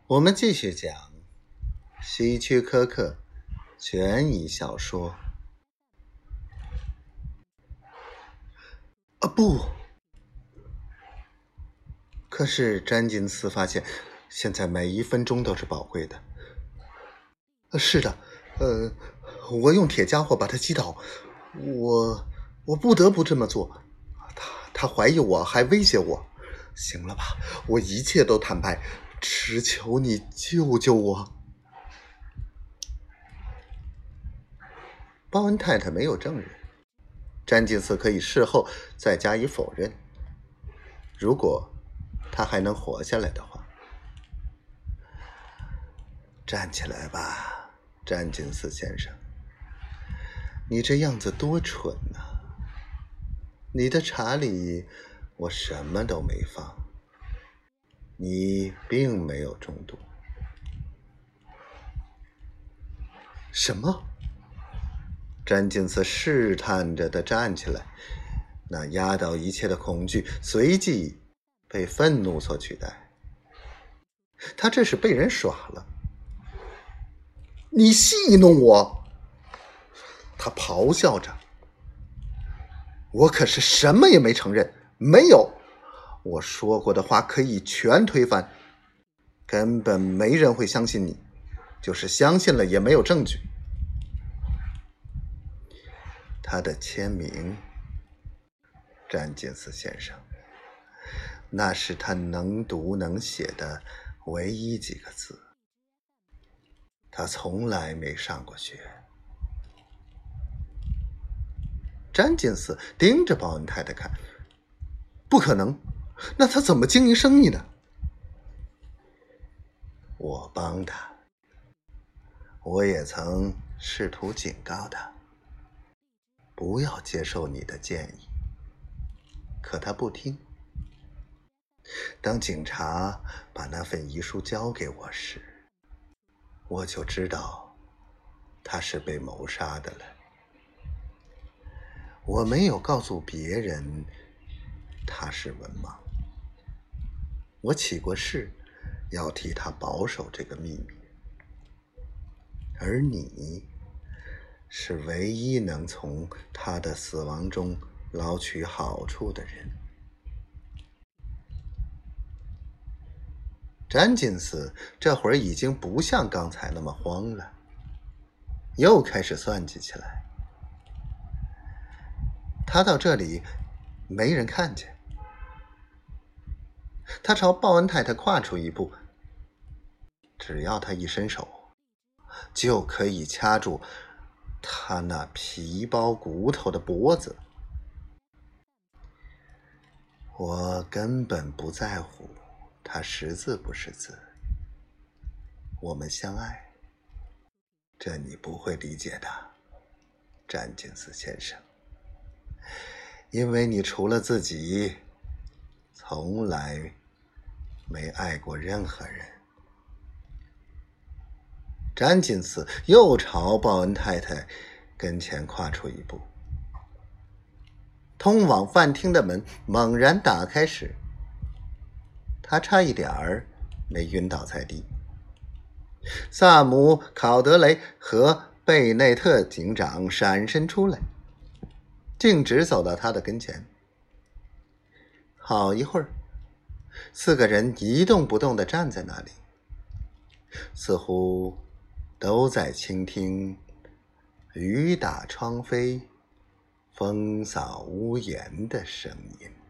我们继续讲希区柯克悬疑小说。不！可是詹金斯发现，现在每一分钟都是宝贵的。是的，我用铁家伙把他击倒，我不得不这么做。他怀疑我，还威胁我。行了吧，我一切都坦白，只求你救救我。鲍恩太太没有证人，詹金斯可以事后再加以否认。如果他还能活下来的话。站起来吧，詹金斯先生，你这样子多蠢啊！你的茶里我什么都没放，你并没有中毒。什么？詹金斯试探着地站起来，那压倒一切的恐惧随即被愤怒所取代。他这是被人耍了。你戏弄我！他咆哮着。我可是什么也没承认，没有。我说过的话可以全推翻，根本没人会相信你，就是相信了也没有证据。他的签名，詹金斯先生，那是他能读能写的唯一几个字。他从来没上过学。詹金斯盯着鲍恩太太看，不可能，那他怎么经营生意呢？我帮他，我也曾试图警告他，不要接受你的建议，可他不听。当警察把那份遗书交给我时，我就知道他是被谋杀的了。我没有告诉别人他是文盲，我起过誓要替他保守这个秘密，而你是唯一能从他的死亡中捞取好处的人。詹金斯这会儿已经不像刚才那么慌了，又开始算计起来。他到这里没人看见，他朝鲍恩太太跨出一步，只要他一伸手，就可以掐住他那皮包骨头的脖子。我根本不在乎他识字不识字，我们相爱，这你不会理解的，詹金斯先生，因为你除了自己，从来没爱过任何人。詹金斯又朝鲍恩太太跟前跨出一步。通往饭厅的门猛然打开时，他差一点儿没晕倒在地。萨姆·考德雷和贝内特警长闪身出来，径直走到他的跟前。好一会儿，四个人一动不动地站在那里，似乎都在倾听雨打窗飞、风扫屋檐的声音。